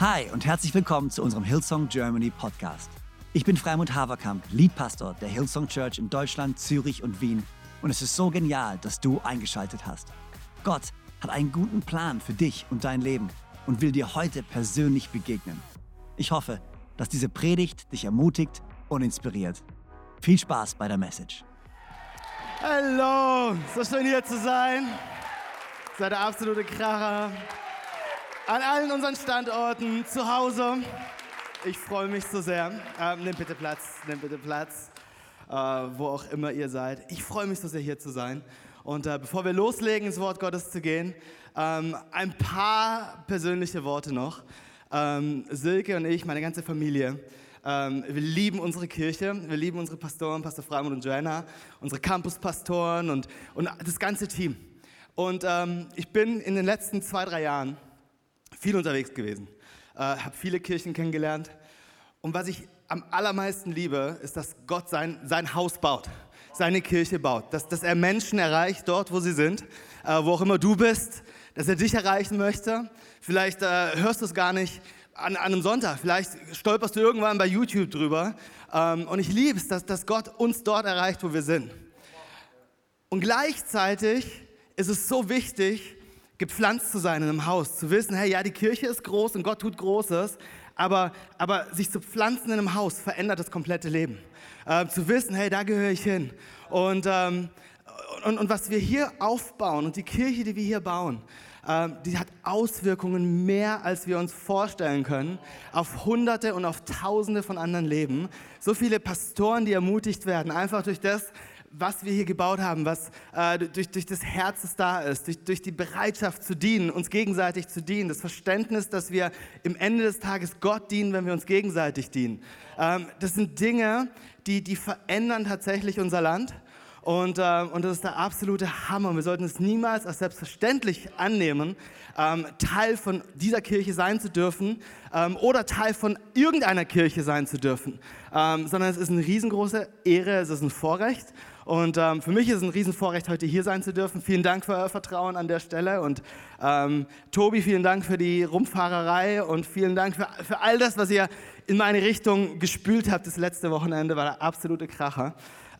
Hi und herzlich willkommen zu unserem Hillsong Germany Podcast. Ich bin Freimund Haverkamp, Leadpastor der Hillsong Church in Deutschland, Zürich und Wien. Und es ist so genial, dass du eingeschaltet hast. Gott hat einen guten Plan für dich und dein Leben und will dir heute persönlich begegnen. Ich hoffe, dass diese Predigt dich ermutigt und inspiriert. Viel Spaß bei der Message. Hallo, so schön hier zu sein. Seid der absolute Kracher. An allen unseren Standorten, zu Hause. Ich freue mich so sehr. Nehmt bitte Platz, wo auch immer ihr seid. Ich freue mich so sehr, hier zu sein. Und bevor wir loslegen, ins Wort Gottes zu gehen, ein paar persönliche Worte noch. Silke und ich, meine ganze Familie, wir lieben unsere Kirche, wir lieben unsere Pastoren, Pastor Freimund und Joanna, unsere Campuspastoren und das ganze Team. Und ich bin in den letzten 2-3 Jahren viel unterwegs gewesen, habe viele Kirchen kennengelernt. Und was ich am allermeisten liebe, ist, dass Gott sein Haus baut, seine Kirche baut, dass er Menschen erreicht dort, wo sie sind, wo auch immer du bist, dass er dich erreichen möchte. Vielleicht hörst du es gar nicht an einem Sonntag, vielleicht stolperst du irgendwann bei YouTube drüber. Und ich liebe es, dass Gott uns dort erreicht, wo wir sind. Und gleichzeitig ist es so wichtig, gepflanzt zu sein in einem Haus, zu wissen, hey, ja, die Kirche ist groß und Gott tut Großes, aber sich zu pflanzen in einem Haus verändert das komplette Leben. Zu wissen, hey, da gehöre ich hin. Und was wir hier aufbauen und die Kirche, die wir hier bauen, die hat Auswirkungen mehr, als wir uns vorstellen können, auf Hunderte und auf Tausende von anderen Leben. So viele Pastoren, die ermutigt werden, einfach durch das, was wir hier gebaut haben, was durch das Herz, das da ist, durch die Bereitschaft zu dienen, uns gegenseitig zu dienen, das Verständnis, dass wir im Ende des Tages Gott dienen, wenn wir uns gegenseitig dienen. Das sind Dinge, die verändern tatsächlich unser Land. Und das ist der absolute Hammer. Wir sollten es niemals als selbstverständlich annehmen, Teil von dieser Kirche sein zu dürfen oder Teil von irgendeiner Kirche sein zu dürfen. Sondern es ist eine riesengroße Ehre, es ist ein Vorrecht. Und für mich ist es ein Riesenvorrecht, heute hier sein zu dürfen. Vielen Dank für euer Vertrauen an der Stelle. Und Tobi, vielen Dank für die Rumfahrerei und vielen Dank für all das, was ihr in meine Richtung gespült habt. Das letzte Wochenende war der absolute Kracher.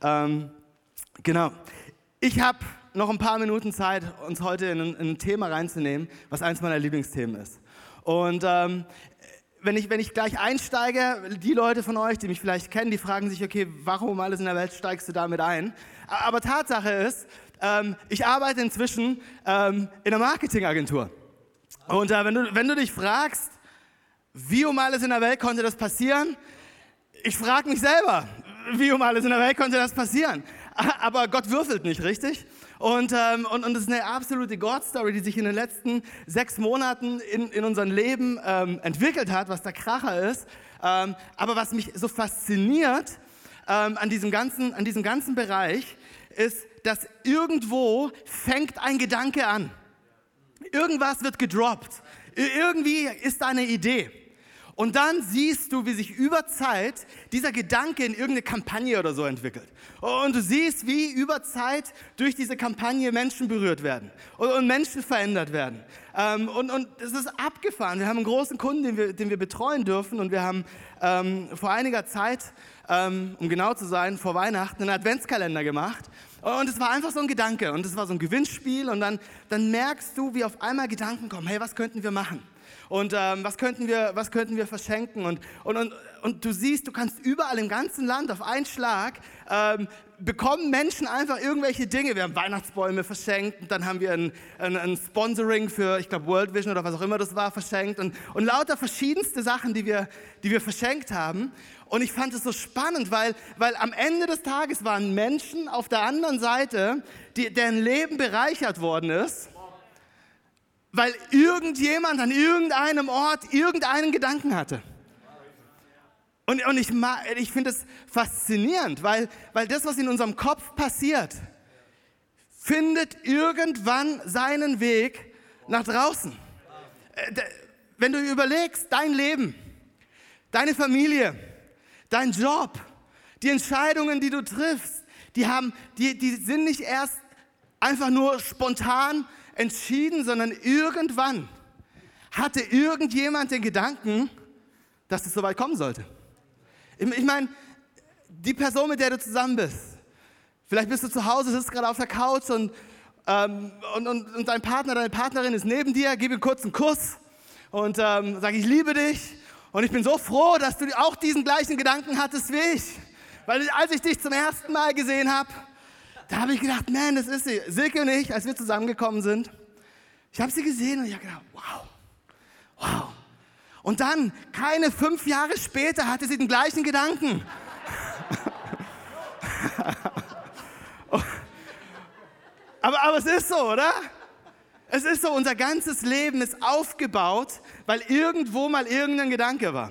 Genau. Ich habe noch ein paar Minuten Zeit, uns heute in ein Thema reinzunehmen, was eins meiner Lieblingsthemen ist. Und wenn ich gleich einsteige, die Leute von euch, die mich vielleicht kennen, die fragen sich, okay, warum alles in der Welt steigst du damit ein? Aber Tatsache ist, ich arbeite inzwischen in einer Marketingagentur. Und wenn du dich fragst, wie um alles in der Welt konnte das passieren? Ich frage mich selber, wie um alles in der Welt konnte das passieren? Aber Gott würfelt nicht, richtig? Und das ist eine absolute God-Story, die sich in den letzten 6 Monaten in unserem Leben entwickelt hat, was der Kracher ist. Aber was mich so fasziniert an diesem ganzen Bereich, ist, dass irgendwo fängt ein Gedanke an. Irgendwas wird gedroppt. Irgendwie ist da eine Idee. Und dann siehst du, wie sich über Zeit dieser Gedanke in irgendeine Kampagne oder so entwickelt. Und du siehst, wie über Zeit durch diese Kampagne Menschen berührt werden und Menschen verändert werden. Und es ist abgefahren. Wir haben einen großen Kunden, den wir betreuen dürfen. Und wir haben vor einiger Zeit, um genau zu sein, vor Weihnachten einen Adventskalender gemacht. Und es war einfach so ein Gedanke. Und es war so ein Gewinnspiel. Und dann merkst du, wie auf einmal Gedanken kommen. Hey, was könnten wir machen? Und was könnten wir verschenken? Und du siehst, du kannst überall im ganzen Land auf einen Schlag bekommen Menschen einfach irgendwelche Dinge. Wir haben Weihnachtsbäume verschenkt und dann haben wir ein Sponsoring für, ich glaube, World Vision oder was auch immer das war, verschenkt und lauter verschiedenste Sachen, die wir verschenkt haben. Und ich fand es so spannend, weil am Ende des Tages waren Menschen auf der anderen Seite, deren Leben bereichert worden ist, weil irgendjemand an irgendeinem Ort irgendeinen Gedanken hatte. Und ich finde es faszinierend, weil das, was in unserem Kopf passiert, findet irgendwann seinen Weg nach draußen. Wenn du überlegst, dein Leben, deine Familie, dein Job, die Entscheidungen, die du triffst, die sind nicht erst einfach nur spontan entschieden, sondern irgendwann hatte irgendjemand den Gedanken, dass es so weit kommen sollte? Ich meine, die Person, mit der du zusammen bist, vielleicht bist du zu Hause, sitzt gerade auf der Couch und dein Partner, deine Partnerin ist neben dir, gib ihm kurz einen Kuss und sag, ich liebe dich und ich bin so froh, dass du auch diesen gleichen Gedanken hattest wie ich. Weil als ich dich zum ersten Mal gesehen habe, da habe ich gedacht, man, das ist sie. Silke und ich, als wir zusammengekommen sind, ich habe sie gesehen und ich habe gedacht, wow. Und dann, keine 5 Jahre später, hatte sie den gleichen Gedanken. aber es ist so, oder? Es ist so, unser ganzes Leben ist aufgebaut, weil irgendwo mal irgendein Gedanke war.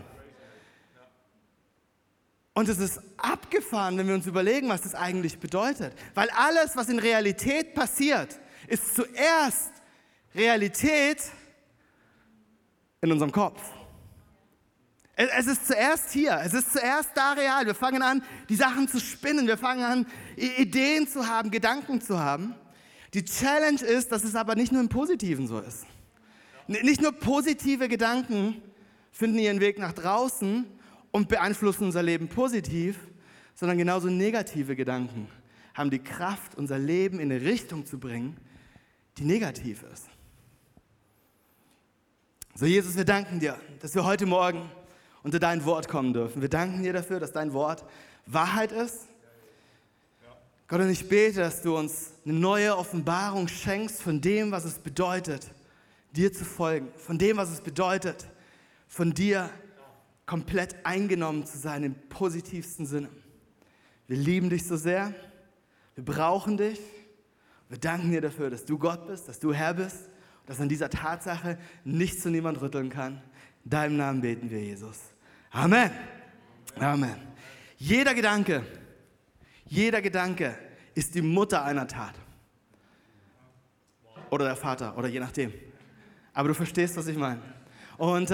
Und es ist abgefahren, wenn wir uns überlegen, was das eigentlich bedeutet. Weil alles, was in Realität passiert, ist zuerst Realität in unserem Kopf. Es ist zuerst hier, es ist zuerst da real. Wir fangen an, die Sachen zu spinnen, wir fangen an, Ideen zu haben, Gedanken zu haben. Die Challenge ist, dass es aber nicht nur im Positiven so ist. Nicht nur positive Gedanken finden ihren Weg nach draußen und beeinflussen unser Leben positiv, sondern genauso negative Gedanken haben die Kraft, unser Leben in eine Richtung zu bringen, die negativ ist. So, Jesus, wir danken dir, dass wir heute Morgen unter dein Wort kommen dürfen. Wir danken dir dafür, dass dein Wort Wahrheit ist. Gott, und ich bete, dass du uns eine neue Offenbarung schenkst von dem, was es bedeutet, dir zu folgen, von dem, was es bedeutet, von dir komplett eingenommen zu sein im positivsten Sinne. Wir lieben dich so sehr, wir brauchen dich, wir danken dir dafür, dass du Gott bist, dass du Herr bist und dass an dieser Tatsache nichts und niemand rütteln kann. In deinem Namen beten wir, Jesus. Amen. Amen. Jeder Gedanke ist die Mutter einer Tat. Oder der Vater, oder je nachdem. Aber du verstehst, was ich meine. Und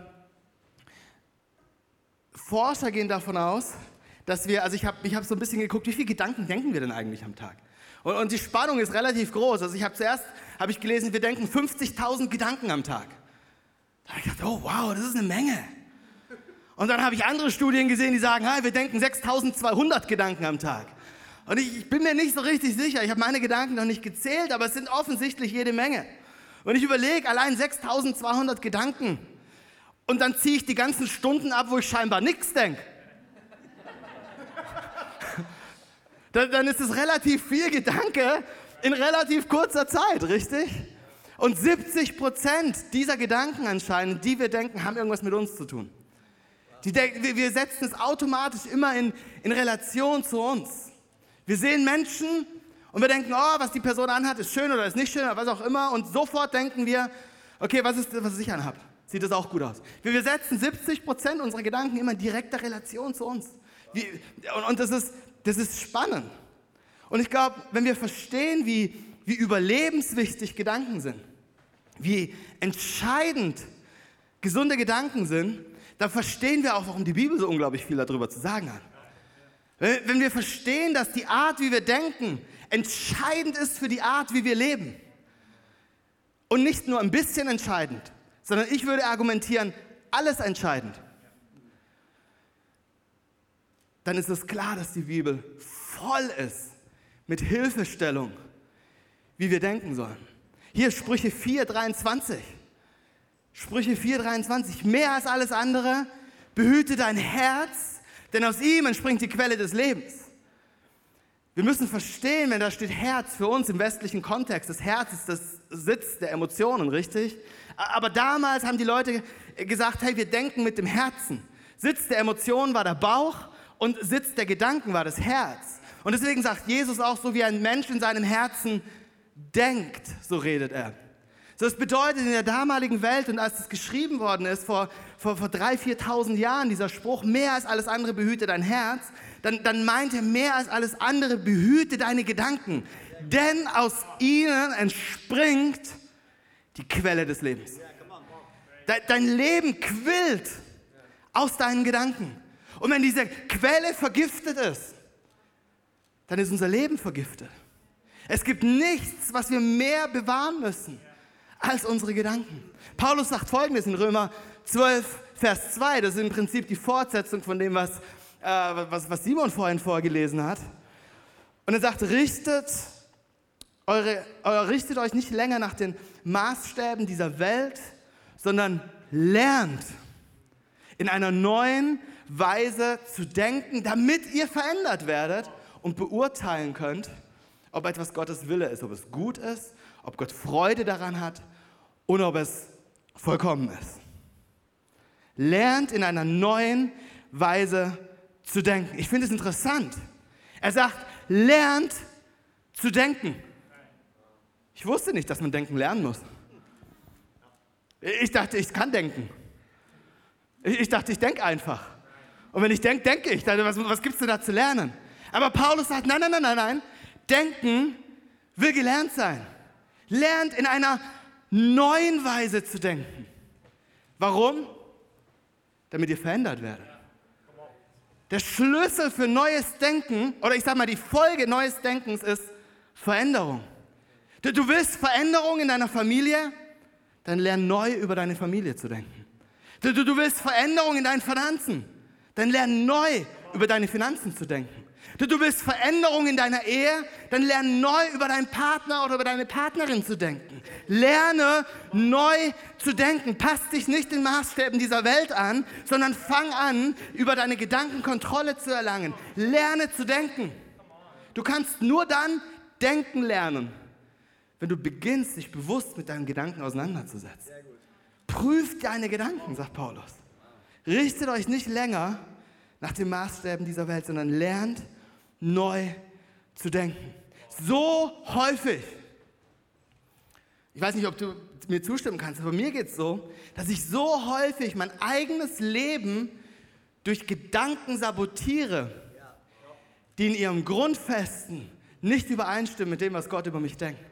Forscher gehen davon aus, dass wir, also ich hab so ein bisschen geguckt, wie viele Gedanken denken wir denn eigentlich am Tag? Und die Spannung ist relativ groß. Also zuerst habe ich gelesen, wir denken 50.000 Gedanken am Tag. Da habe ich gedacht, oh wow, das ist eine Menge. Und dann habe ich andere Studien gesehen, die sagen, wir denken 6.200 Gedanken am Tag. Und ich bin mir nicht so richtig sicher, ich habe meine Gedanken noch nicht gezählt, aber es sind offensichtlich jede Menge. Und ich überlege, allein 6.200 Gedanken. Und dann ziehe ich die ganzen Stunden ab, wo ich scheinbar nichts denke. Dann ist es relativ viel Gedanke in relativ kurzer Zeit, richtig? Und 70% dieser Gedanken anscheinend, die wir denken, haben irgendwas mit uns zu tun. Wir setzen es automatisch immer in Relation zu uns. Wir sehen Menschen und wir denken, was die Person anhat, ist schön oder ist nicht schön oder was auch immer. Und sofort denken wir, okay, was ich anhabe? Sieht das auch gut aus? Wir setzen 70% unserer Gedanken immer in direkter Relation zu uns. Und das ist spannend. Und ich glaube, wenn wir verstehen, wie überlebenswichtig Gedanken sind, wie entscheidend gesunde Gedanken sind, dann verstehen wir auch, warum die Bibel so unglaublich viel darüber zu sagen hat. Wenn wir verstehen, dass die Art, wie wir denken, entscheidend ist für die Art, wie wir leben. Und nicht nur ein bisschen entscheidend, sondern ich würde argumentieren, alles entscheidend. Dann ist es klar, dass die Bibel voll ist mit Hilfestellung, wie wir denken sollen. Hier Sprüche 4,23. Sprüche 4,23. Mehr als alles andere, behüte dein Herz, denn aus ihm entspringt die Quelle des Lebens. Wir müssen verstehen, wenn da steht Herz für uns im westlichen Kontext, das Herz ist das Sitz der Emotionen, richtig? Aber damals haben die Leute gesagt, hey, wir denken mit dem Herzen. Sitz der Emotionen war der Bauch und Sitz der Gedanken war das Herz. Und deswegen sagt Jesus auch, so wie ein Mensch in seinem Herzen denkt, so redet er. So, das bedeutet in der damaligen Welt, und als es geschrieben worden ist, vor 3.000, 4.000 Jahren, dieser Spruch, mehr als alles andere behüte dein Herz, dann meint er, mehr als alles andere behüte deine Gedanken. Denn aus ihnen entspringt die Quelle des Lebens. Dein Leben quillt aus deinen Gedanken. Und wenn diese Quelle vergiftet ist, dann ist unser Leben vergiftet. Es gibt nichts, was wir mehr bewahren müssen als unsere Gedanken. Paulus sagt Folgendes in Römer 12, Vers 2. Das ist im Prinzip die Fortsetzung von dem, was Simon vorhin vorgelesen hat. Und er sagt, richtet euch nicht länger nach den Maßstäben dieser Welt, sondern lernt in einer neuen Weise zu denken, damit ihr verändert werdet und beurteilen könnt, ob etwas Gottes Wille ist, ob es gut ist, ob Gott Freude daran hat und ob es vollkommen ist. Lernt in einer neuen Weise zu denken. Ich finde es interessant. Er sagt, lernt zu denken. Ich wusste nicht, dass man denken lernen muss. Ich dachte, ich kann denken. Ich dachte, ich denke einfach. Und wenn ich denke, denke ich. Was gibt es denn da zu lernen? Aber Paulus sagt, nein. Denken will gelernt sein. Lernt in einer neuen Weise zu denken. Warum? Damit ihr verändert werdet. Der Schlüssel für neues Denken, oder ich sage mal, die Folge neues Denkens ist Veränderung. Du willst Veränderung in deiner Familie? Dann lern neu über deine Familie zu denken. Du willst Veränderung in deinen Finanzen? Dann lern neu über deine Finanzen zu denken. Du willst Veränderung in deiner Ehe? Dann lern neu über deinen Partner oder über deine Partnerin zu denken. Lerne neu zu denken. Pass dich nicht den Maßstäben dieser Welt an, sondern fang an, über deine Gedanken Kontrolle zu erlangen. Lerne zu denken. Du kannst nur dann denken lernen, wenn du beginnst, dich bewusst mit deinen Gedanken auseinanderzusetzen. Prüft deine Gedanken, sagt Paulus. Richtet euch nicht länger nach den Maßstäben dieser Welt, sondern lernt neu zu denken. So häufig, ich weiß nicht, ob du mir zustimmen kannst, aber mir geht es so, dass ich so häufig mein eigenes Leben durch Gedanken sabotiere, die in ihrem Grundfesten nicht übereinstimmen mit dem, was Gott über mich denkt.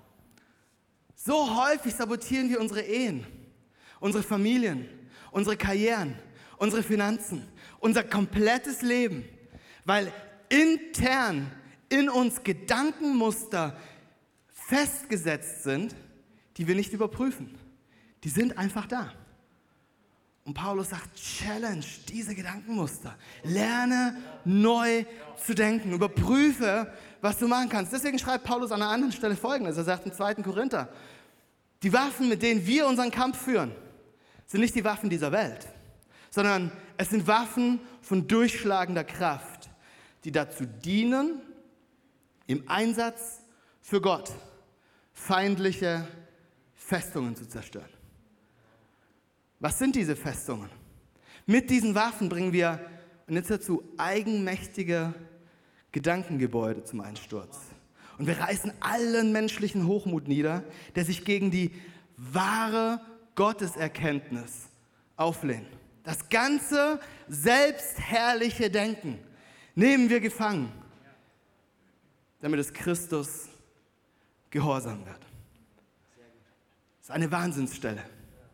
So häufig sabotieren wir unsere Ehen, unsere Familien, unsere Karrieren, unsere Finanzen, unser komplettes Leben, weil intern in uns Gedankenmuster festgesetzt sind, die wir nicht überprüfen. Die sind einfach da. Und Paulus sagt, challenge diese Gedankenmuster. Lerne neu zu denken. Überprüfe, was du machen kannst. Deswegen schreibt Paulus an einer anderen Stelle Folgendes. Er sagt im 2. Korinther, die Waffen, mit denen wir unseren Kampf führen, sind nicht die Waffen dieser Welt, sondern es sind Waffen von durchschlagender Kraft, die dazu dienen, im Einsatz für Gott feindliche Festungen zu zerstören. Was sind diese Festungen? Mit diesen Waffen bringen wir, und jetzt dazu, eigenmächtige Gedankengebäude zum Einsturz. Und wir reißen allen menschlichen Hochmut nieder, der sich gegen die wahre Gotteserkenntnis auflehnt. Das ganze selbstherrliche Denken nehmen wir gefangen, damit es Christus gehorsam wird. Das ist eine Wahnsinnsstelle.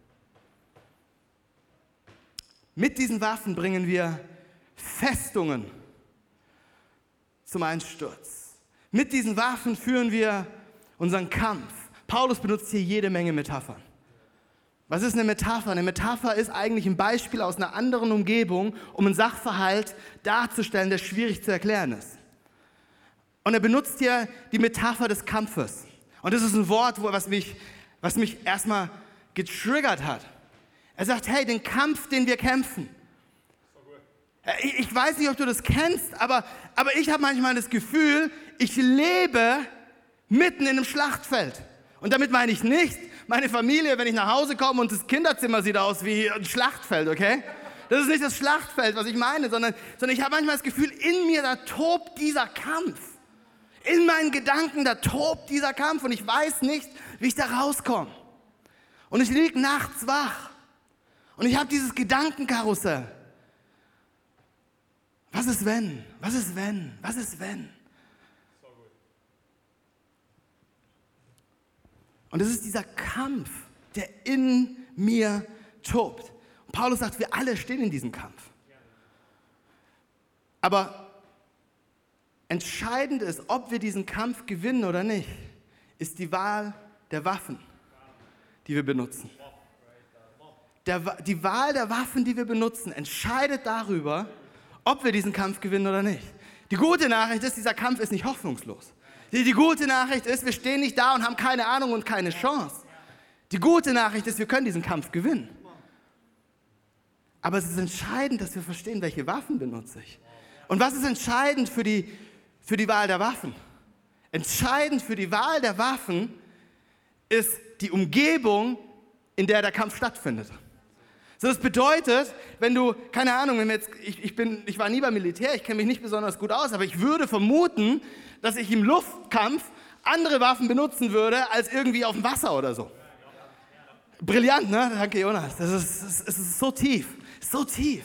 Mit diesen Waffen bringen wir Festungen zum Einsturz. Mit diesen Waffen führen wir unseren Kampf. Paulus benutzt hier jede Menge Metaphern. Was ist eine Metapher? Eine Metapher ist eigentlich ein Beispiel aus einer anderen Umgebung, um einen Sachverhalt darzustellen, der schwierig zu erklären ist. Und er benutzt hier die Metapher des Kampfes. Und das ist ein Wort, was mich erstmal getriggert hat. Er sagt, hey, den Kampf, den wir kämpfen. Ich weiß nicht, ob du das kennst, aber ich habe manchmal das Gefühl, ich lebe mitten in einem Schlachtfeld. Und damit meine ich nicht meine Familie, wenn ich nach Hause komme und das Kinderzimmer sieht aus wie ein Schlachtfeld, okay? Das ist nicht das Schlachtfeld, was ich meine, sondern ich habe manchmal das Gefühl, in mir, da tobt dieser Kampf. In meinen Gedanken, da tobt dieser Kampf und ich weiß nicht, wie ich da rauskomme. Und ich liege nachts wach und ich habe dieses Gedankenkarussell. Was ist wenn? Was ist wenn? Was ist wenn? Und es ist dieser Kampf, der in mir tobt. Und Paulus sagt, wir alle stehen in diesem Kampf. Aber entscheidend ist, ob wir diesen Kampf gewinnen oder nicht, ist die Wahl der Waffen. die wir benutzen. Die Wahl der Waffen, die wir benutzen, entscheidet darüber, ob wir diesen Kampf gewinnen oder nicht. Die gute Nachricht ist, dieser Kampf ist nicht hoffnungslos. Die gute Nachricht ist, wir stehen nicht da und haben keine Ahnung und keine Chance. Die gute Nachricht ist, wir können diesen Kampf gewinnen. Aber es ist entscheidend, dass wir verstehen, welche Waffen benutze ich. Und was ist entscheidend für die Wahl der Waffen? Entscheidend für die Wahl der Waffen ist die Umgebung, in der der Kampf stattfindet. So, das bedeutet, wenn du, keine Ahnung, wenn wir jetzt, ich war nie beim Militär, ich kenne mich nicht besonders gut aus, aber ich würde vermuten, dass ich im Luftkampf andere Waffen benutzen würde, als irgendwie auf dem Wasser oder so. Brillant, ne? Danke, Jonas. Es ist so tief. So tief.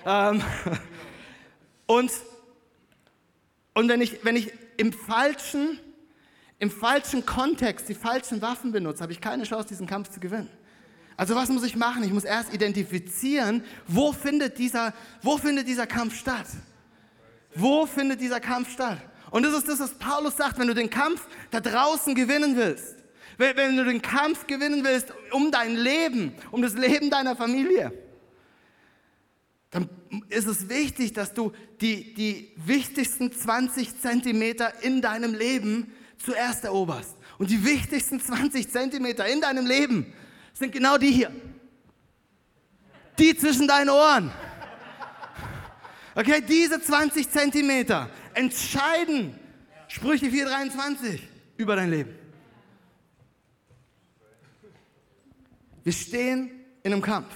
Und wenn ich im falschen Kontext die falschen Waffen benutze, habe ich keine Chance, diesen Kampf zu gewinnen. Also was muss ich machen? Ich muss erst identifizieren, wo findet dieser Kampf statt? Wo findet dieser Kampf statt? Und das ist das, was Paulus sagt, wenn du den Kampf da draußen gewinnen willst, wenn du den Kampf gewinnen willst um dein Leben, um das Leben deiner Familie, dann ist es wichtig, dass du die wichtigsten 20 Zentimeter in deinem Leben zuerst eroberst. Und die wichtigsten 20 Zentimeter in deinem Leben sind genau die hier. Die zwischen deinen Ohren. Okay, diese 20 Zentimeter entscheiden, Sprüche 4,23, über dein Leben. Wir stehen in einem Kampf.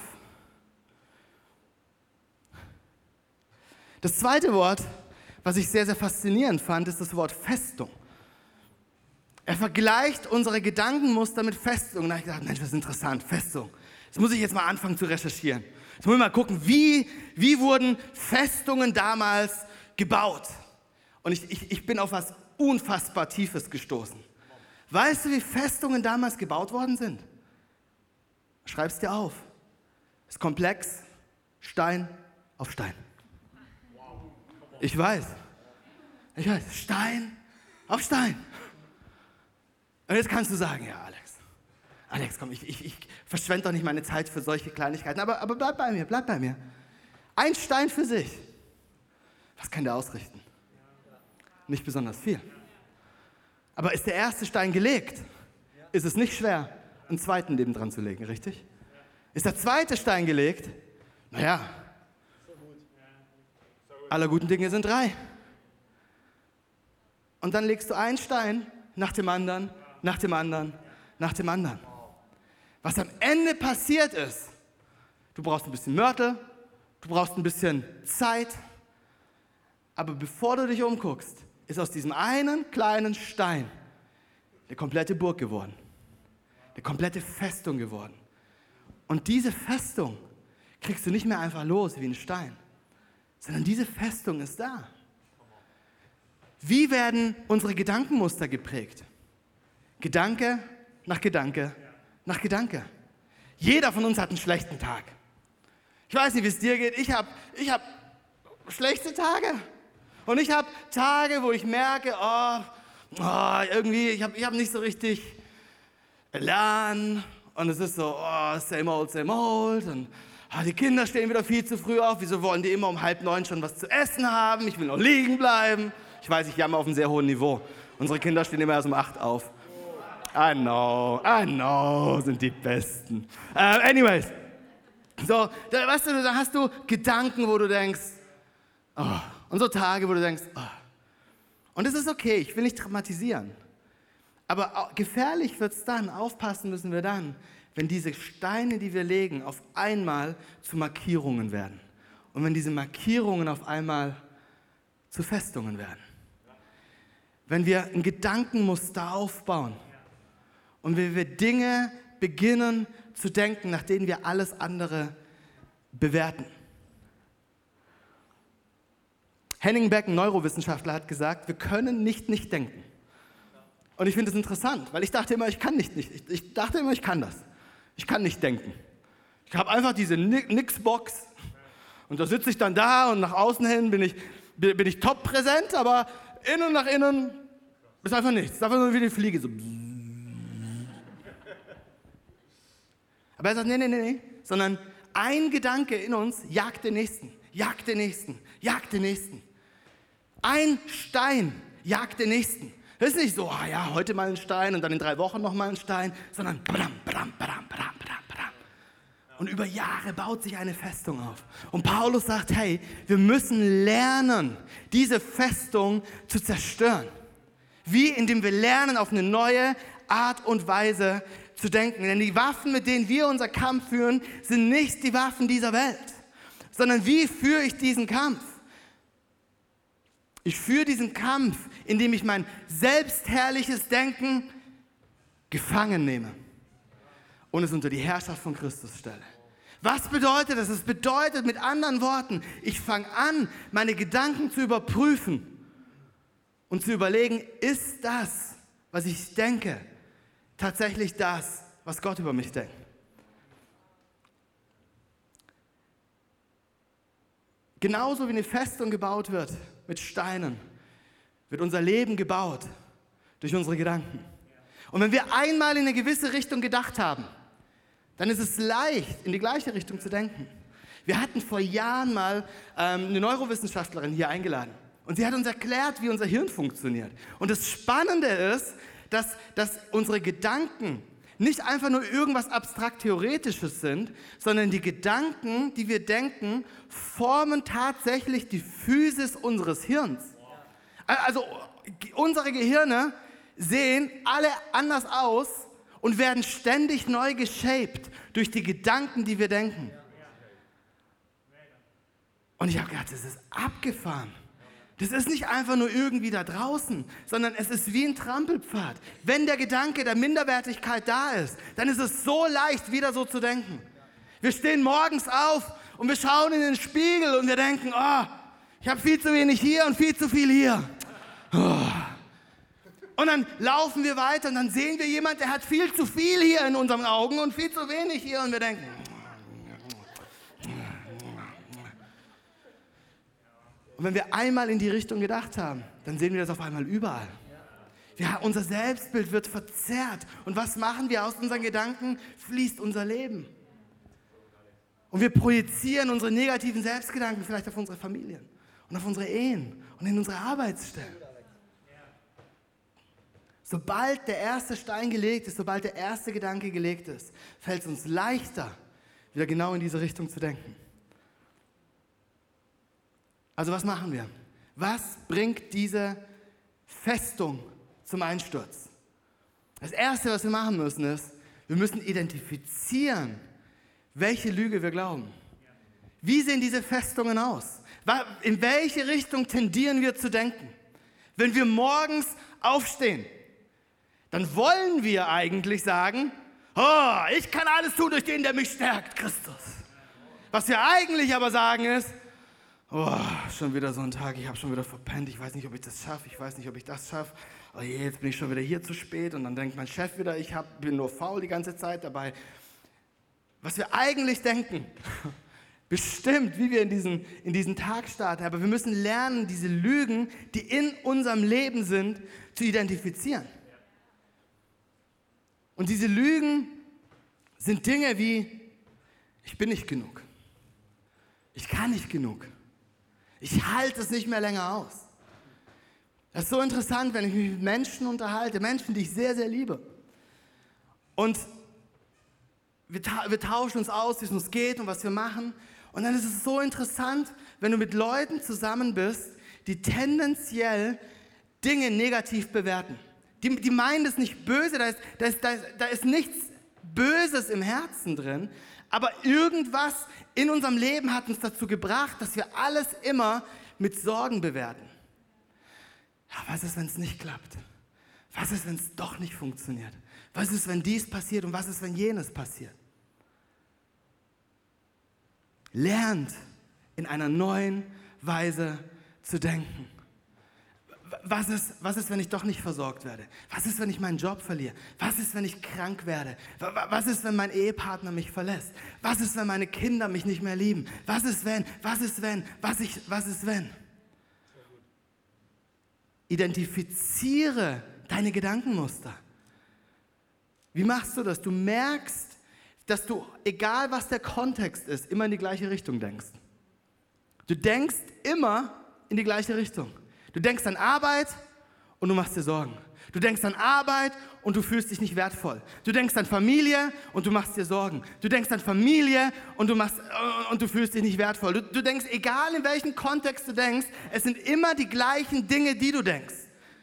Das zweite Wort, was ich sehr, sehr faszinierend fand, ist das Wort Festung. Er vergleicht unsere Gedankenmuster mit Festung. Da habe ich gedacht, Mensch, das ist interessant, Festung. Das muss ich jetzt mal anfangen zu recherchieren. Jetzt muss ich mal gucken, wie wurden Festungen damals gebaut? Und ich bin auf was unfassbar Tiefes gestoßen. Weißt du, wie Festungen damals gebaut worden sind? Schreib's dir auf. Ist komplex, Stein auf Stein. Ich weiß, Stein auf Stein. Und jetzt kannst du sagen, ja Alex, komm, ich verschwende doch nicht meine Zeit für solche Kleinigkeiten, aber bleib bei mir. Ein Stein für sich, was kann der ausrichten? Nicht besonders viel. Aber ist der erste Stein gelegt, ist es nicht schwer, einen zweiten neben dran zu legen, richtig? Ist der zweite Stein gelegt, naja, aller guten Dinge sind 3. Und dann legst du einen Stein nach dem anderen, nach dem anderen, nach dem anderen. Was am Ende passiert ist, du brauchst ein bisschen Mörtel, du brauchst ein bisschen Zeit, aber bevor du dich umguckst, ist aus diesem einen kleinen Stein eine komplette Burg geworden, eine komplette Festung geworden. Und diese Festung kriegst du nicht mehr einfach los wie ein Stein, sondern diese Festung ist da. Wie werden unsere Gedankenmuster geprägt? Gedanke nach Gedanke nach Gedanke. Jeder von uns hat einen schlechten Tag. Ich weiß nicht, wie es dir geht. Ich hab schlechte Tage. Und ich habe Tage, wo ich merke, irgendwie, ich hab nicht so richtig Elan. Und es ist so, same old, same old. Und die Kinder stehen wieder viel zu früh auf. Wieso wollen die immer um 8:30 schon was zu essen haben? Ich will noch liegen bleiben. Ich weiß, ich jammer auf einem sehr hohen Niveau. Unsere Kinder stehen immer erst um 8 auf. I know, sind die Besten. Anyways. So, weißt du, da hast du Gedanken, wo du denkst, und so Tage, wo du denkst, Und es ist okay, ich will nicht dramatisieren. Aber gefährlich wird es dann, aufpassen müssen wir dann, wenn diese Steine, die wir legen, auf einmal zu Markierungen werden. Und wenn diese Markierungen auf einmal zu Festungen werden. Wenn wir ein Gedankenmuster aufbauen und wenn wir Dinge beginnen zu denken, nach denen wir alles andere bewerten. Henning Beck, ein Neurowissenschaftler, hat gesagt, wir können nicht denken. Und ich finde es interessant, weil ich dachte immer, ich kann nicht. Ich dachte immer, ich kann das. Ich kann nicht denken. Ich habe einfach diese Nix-Box und da sitze ich dann da und nach außen hin bin ich top präsent, aber innen nach innen ist einfach nichts. Es ist einfach nur wie die Fliege. So. Aber er sagt, nee, sondern ein Gedanke in uns jagt den nächsten, jagt den nächsten, jagt den nächsten. Ein Stein jagt den nächsten. Das ist nicht so, heute mal ein Stein und dann in 3 Wochen noch mal ein Stein, sondern badam, badam, badam, badam, badam, badam. Und über Jahre baut sich eine Festung auf. Und Paulus sagt, hey, wir müssen lernen, diese Festung zu zerstören. Wie? Indem wir lernen, auf eine neue Art und Weise zu denken. Denn die Waffen, mit denen wir unser Kampf führen, sind nicht die Waffen dieser Welt. Sondern wie führe ich diesen Kampf? Ich führe diesen Kampf, indem ich mein selbstherrliches Denken gefangen nehme und es unter die Herrschaft von Christus stelle. Was bedeutet das? Es bedeutet mit anderen Worten, ich fange an, meine Gedanken zu überprüfen und zu überlegen, ist das, was ich denke, tatsächlich das, was Gott über mich denkt? Genauso wie eine Festung gebaut wird mit Steinen, wird unser Leben gebaut durch unsere Gedanken. Und wenn wir einmal in eine gewisse Richtung gedacht haben, dann ist es leicht, in die gleiche Richtung zu denken. Wir hatten vor Jahren mal eine Neurowissenschaftlerin hier eingeladen. Und sie hat uns erklärt, wie unser Hirn funktioniert. Und das Spannende ist, dass unsere Gedanken nicht einfach nur irgendwas abstrakt-theoretisches sind, sondern die Gedanken, die wir denken, formen tatsächlich die Physis unseres Hirns. Also unsere Gehirne sehen alle anders aus und werden ständig neu geshaped durch die Gedanken, die wir denken. Und ich habe gedacht, das ist abgefahren. Das ist nicht einfach nur irgendwie da draußen, sondern es ist wie ein Trampelpfad. Wenn der Gedanke der Minderwertigkeit da ist, dann ist es so leicht, wieder so zu denken. Wir stehen morgens auf und wir schauen in den Spiegel und wir denken, oh, ich habe viel zu wenig hier und viel zu viel hier. Oh. Und dann laufen wir weiter und dann sehen wir jemanden, der hat viel zu viel hier in unseren Augen und viel zu wenig hier und wir denken. Und wenn wir einmal in die Richtung gedacht haben, dann sehen wir das auf einmal überall. Ja, unser Selbstbild wird verzerrt. Und was machen wir? Aus unseren Gedanken fließt unser Leben. Und wir projizieren unsere negativen Selbstgedanken vielleicht auf unsere Familien und auf unsere Ehen und in unsere Arbeitsstellen. Sobald der erste Stein gelegt ist, sobald der erste Gedanke gelegt ist, fällt es uns leichter, wieder genau in diese Richtung zu denken. Also was machen wir? Was bringt diese Festung zum Einsturz? Das Erste, was wir machen müssen, ist, wir müssen identifizieren, welche Lüge wir glauben. Wie sehen diese Festungen aus? In welche Richtung tendieren wir zu denken? Wenn wir morgens aufstehen, dann wollen wir eigentlich sagen, oh, ich kann alles tun durch den, der mich stärkt, Christus. Was wir eigentlich aber sagen ist, oh, schon wieder so ein Tag, ich habe schon wieder verpennt, ich weiß nicht, ob ich das schaffe, ich weiß nicht, ob ich das schaffe. Oh je, jetzt bin ich schon wieder hier zu spät und dann denkt mein Chef wieder, bin nur faul die ganze Zeit dabei. Was wir eigentlich denken, bestimmt, wie wir in diesen Tag starten, aber wir müssen lernen, diese Lügen, die in unserem Leben sind, zu identifizieren. Und diese Lügen sind Dinge wie, ich bin nicht genug, ich kann nicht genug. Ich halte es nicht mehr länger aus. Das ist so interessant, wenn ich mich mit Menschen unterhalte, Menschen, die ich sehr, sehr liebe. Und wir tauschen uns aus, wie es uns geht und was wir machen. Und dann ist es so interessant, wenn du mit Leuten zusammen bist, die tendenziell Dinge negativ bewerten. Die meinen das nicht böse, da ist nichts Böses im Herzen drin. Aber irgendwas in unserem Leben hat uns dazu gebracht, dass wir alles immer mit Sorgen bewerten. Ja, was ist, wenn es nicht klappt? Was ist, wenn es doch nicht funktioniert? Was ist, wenn dies passiert und was ist, wenn jenes passiert? Lernt in einer neuen Weise zu denken. Was ist, wenn ich doch nicht versorgt werde? Was ist, wenn ich meinen Job verliere? Was ist, wenn ich krank werde? Was ist, wenn mein Ehepartner mich verlässt? Was ist, wenn meine Kinder mich nicht mehr lieben? Was ist, wenn? Was ist, wenn? Was ist, wenn? Identifiziere deine Gedankenmuster. Wie machst du das? Du merkst, dass du, egal was der Kontext ist, immer in die gleiche Richtung denkst. Du denkst immer in die gleiche Richtung. Du denkst an Arbeit und du machst dir Sorgen. Du denkst an Arbeit und du fühlst dich nicht wertvoll. Du denkst an Familie und du machst dir Sorgen. Du denkst an Familie und du fühlst dich nicht wertvoll. Du denkst, egal in welchem Kontext du denkst, es sind immer die gleichen Dinge, die du denkst.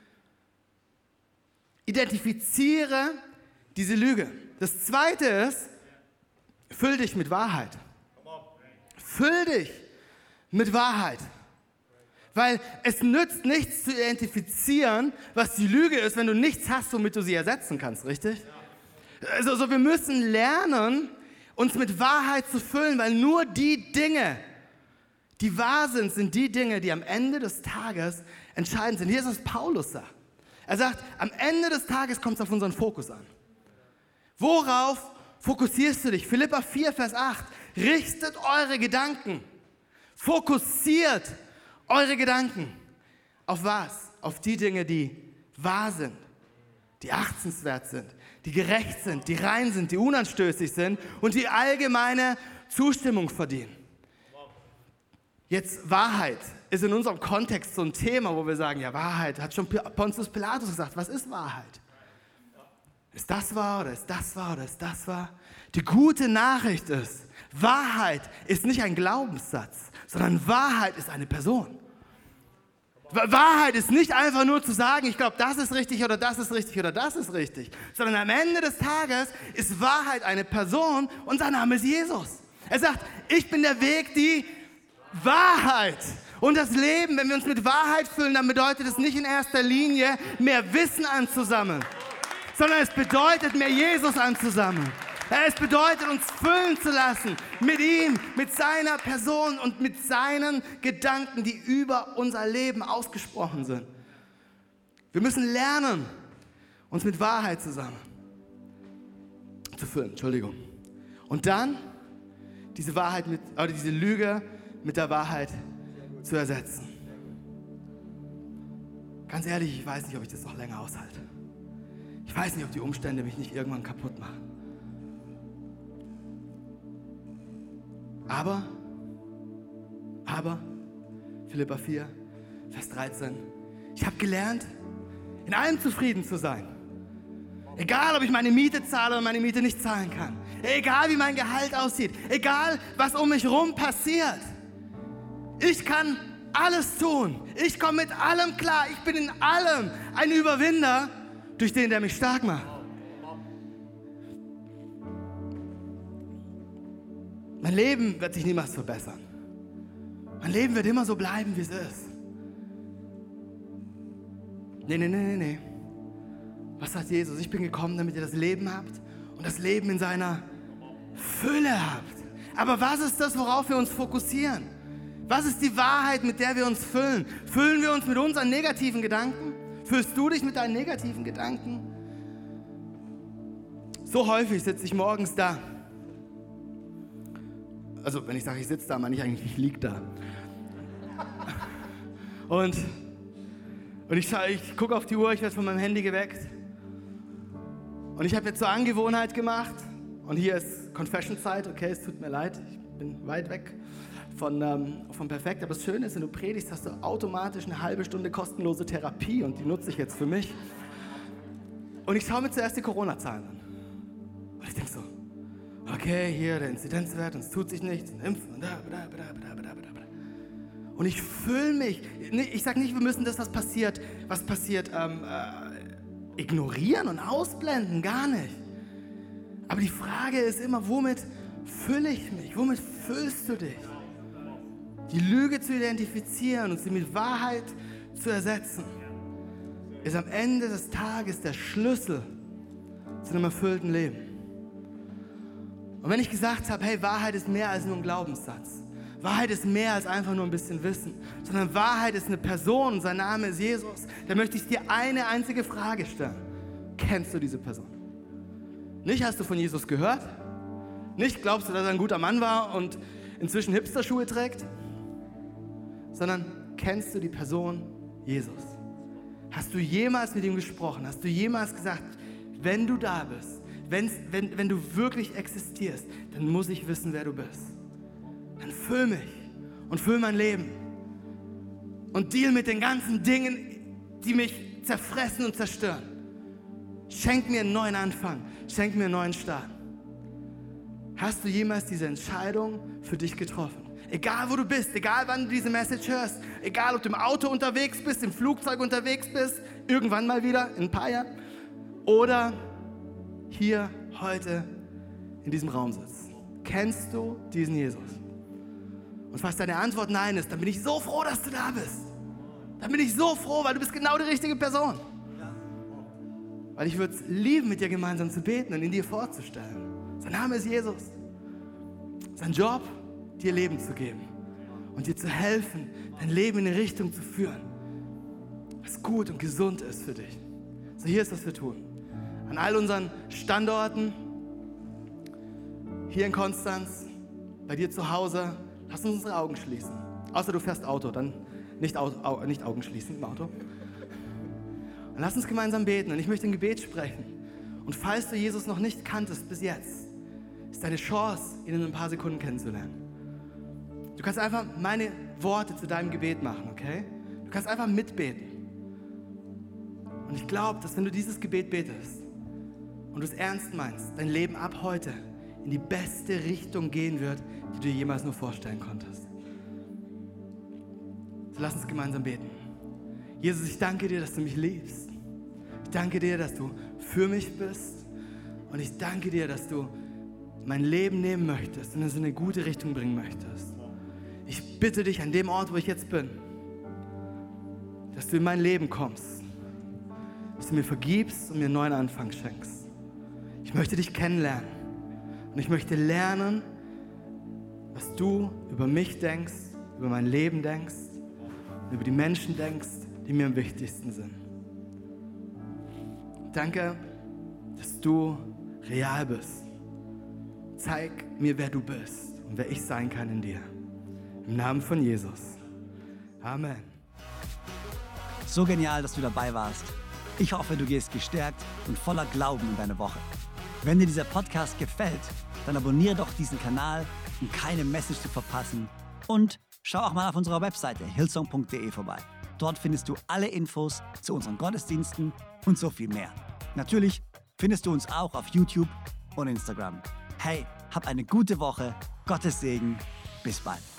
Identifiziere diese Lüge. Das Zweite ist, füll dich mit Wahrheit. Füll dich mit Wahrheit. Weil es nützt nichts zu identifizieren, was die Lüge ist, wenn du nichts hast, womit du sie ersetzen kannst, richtig? Also wir müssen lernen, uns mit Wahrheit zu füllen, weil nur die Dinge, die wahr sind, sind die Dinge, die am Ende des Tages entscheidend sind. Hier ist, was Paulus sagt. Er sagt, am Ende des Tages kommt es auf unseren Fokus an. Worauf fokussierst du dich? Philipper 4, Vers 8. Richtet eure Gedanken. Fokussiert eure Gedanken. Auf was? Auf die Dinge, die wahr sind, die achtenswert sind, die gerecht sind, die rein sind, die unanstößig sind und die allgemeine Zustimmung verdienen. Jetzt Wahrheit ist in unserem Kontext so ein Thema, wo wir sagen, ja, Wahrheit, hat schon Pontius Pilatus gesagt, was ist Wahrheit? Ist das wahr oder ist das wahr oder ist das wahr? Die gute Nachricht ist, Wahrheit ist nicht ein Glaubenssatz, sondern Wahrheit ist eine Person. Wahrheit ist nicht einfach nur zu sagen, ich glaube, das ist richtig oder das ist richtig oder das ist richtig, sondern am Ende des Tages ist Wahrheit eine Person und sein Name ist Jesus. Er sagt, ich bin der Weg, die Wahrheit und das Leben. Wenn wir uns mit Wahrheit füllen, dann bedeutet es nicht in erster Linie, mehr Wissen anzusammeln, sondern es bedeutet, mehr Jesus anzusammeln. Es bedeutet, uns füllen zu lassen mit ihm, mit seiner Person und mit seinen Gedanken, die über unser Leben ausgesprochen sind. Wir müssen lernen, uns mit Wahrheit zu füllen. Und dann diese diese Lüge mit der Wahrheit zu ersetzen. Ganz ehrlich, ich weiß nicht, ob ich das noch länger aushalte. Ich weiß nicht, ob die Umstände mich nicht irgendwann kaputt machen. Aber, Philipper 4, Vers 13, ich habe gelernt, in allem zufrieden zu sein. Egal, ob ich meine Miete zahle oder meine Miete nicht zahlen kann. Egal, wie mein Gehalt aussieht. Egal, was um mich herum passiert. Ich kann alles tun. Ich komme mit allem klar. Ich bin in allem ein Überwinder durch den, der mich stark macht. Mein Leben wird sich niemals verbessern. Mein Leben wird immer so bleiben, wie es ist. Nee. Was sagt Jesus? Ich bin gekommen, damit ihr das Leben habt und das Leben in seiner Fülle habt. Aber was ist das, worauf wir uns fokussieren? Was ist die Wahrheit, mit der wir uns füllen? Füllen wir uns mit unseren negativen Gedanken? Füllst du dich mit deinen negativen Gedanken? So häufig sitze ich morgens da. Also, wenn ich sage, ich sitze da, meine ich eigentlich, ich liege da. Und ich gucke auf die Uhr, ich werde von meinem Handy geweckt. Und ich habe jetzt zur Angewohnheit gemacht, und hier ist Confession-Zeit, okay, es tut mir leid, ich bin weit weg von perfekt, aber das Schöne ist, wenn du predigst, hast du automatisch eine halbe Stunde kostenlose Therapie und die nutze ich jetzt für mich. Und ich schaue mir zuerst die Corona-Zahlen an. Und ich denke so, okay, hier der Inzidenzwert und es tut sich nichts und impfen und und ich fühle mich, ich sage nicht, wir müssen das, was passiert, ignorieren und ausblenden, gar nicht. Aber die Frage ist immer, womit fülle ich mich? Womit füllst du dich? Die Lüge zu identifizieren und sie mit Wahrheit zu ersetzen, ist am Ende des Tages der Schlüssel zu einem erfüllten Leben. Und wenn ich gesagt habe, hey, Wahrheit ist mehr als nur ein Glaubenssatz, Wahrheit ist mehr als einfach nur ein bisschen Wissen, sondern Wahrheit ist eine Person und sein Name ist Jesus, dann möchte ich dir eine einzige Frage stellen. Kennst du diese Person? Nicht hast du von Jesus gehört? Nicht glaubst du, dass er ein guter Mann war und inzwischen Hipster-Schuhe trägt? Sondern kennst du die Person Jesus? Hast du jemals mit ihm gesprochen? Hast du jemals gesagt, wenn du da bist, wenn du wirklich existierst, dann muss ich wissen, wer du bist. Dann füll mich und füll mein Leben. Und deal mit den ganzen Dingen, die mich zerfressen und zerstören. Schenk mir einen neuen Anfang. Schenk mir einen neuen Start. Hast du jemals diese Entscheidung für dich getroffen? Egal wo du bist, egal wann du diese Message hörst, egal ob du im Auto unterwegs bist, im Flugzeug unterwegs bist, irgendwann mal wieder, in ein paar Jahren, oder hier heute in diesem Raum sitzt. Kennst du diesen Jesus? Und falls deine Antwort nein ist, dann bin ich so froh, dass du da bist. Dann bin ich so froh, weil du bist genau die richtige Person. Weil ich würde es lieben, mit dir gemeinsam zu beten und ihn dir vorzustellen. Sein Name ist Jesus. Sein Job, dir Leben zu geben und dir zu helfen, dein Leben in eine Richtung zu führen, was gut und gesund ist für dich. So, hier ist, was wir tun. An all unseren Standorten, hier in Konstanz, bei dir zu Hause, lass uns unsere Augen schließen. Außer du fährst Auto, dann nicht Augen schließen im Auto. Und lass uns gemeinsam beten und ich möchte ein Gebet sprechen. Und falls du Jesus noch nicht kanntest bis jetzt, ist deine Chance, ihn in ein paar Sekunden kennenzulernen. Du kannst einfach meine Worte zu deinem Gebet machen, okay? Du kannst einfach mitbeten. Und ich glaube, dass wenn du dieses Gebet betest und du es ernst meinst, dein Leben ab heute in die beste Richtung gehen wird, die du dir jemals nur vorstellen konntest. So lass uns gemeinsam beten. Jesus, ich danke dir, dass du mich liebst. Ich danke dir, dass du für mich bist. Und ich danke dir, dass du mein Leben nehmen möchtest und es in eine gute Richtung bringen möchtest. Ich bitte dich an dem Ort, wo ich jetzt bin, dass du in mein Leben kommst, dass du mir vergibst und mir einen neuen Anfang schenkst. Ich möchte dich kennenlernen und ich möchte lernen, was du über mich denkst, über mein Leben denkst, über die Menschen denkst, die mir am wichtigsten sind. Danke, dass du real bist. Zeig mir, wer du bist und wer ich sein kann in dir. Im Namen von Jesus. Amen. So genial, dass du dabei warst. Ich hoffe, du gehst gestärkt und voller Glauben in deine Woche. Wenn dir dieser Podcast gefällt, dann abonniere doch diesen Kanal, um keine Message zu verpassen. Und schau auch mal auf unserer Webseite hillsong.de vorbei. Dort findest du alle Infos zu unseren Gottesdiensten und so viel mehr. Natürlich findest du uns auch auf YouTube und Instagram. Hey, hab eine gute Woche, Gottes Segen, bis bald.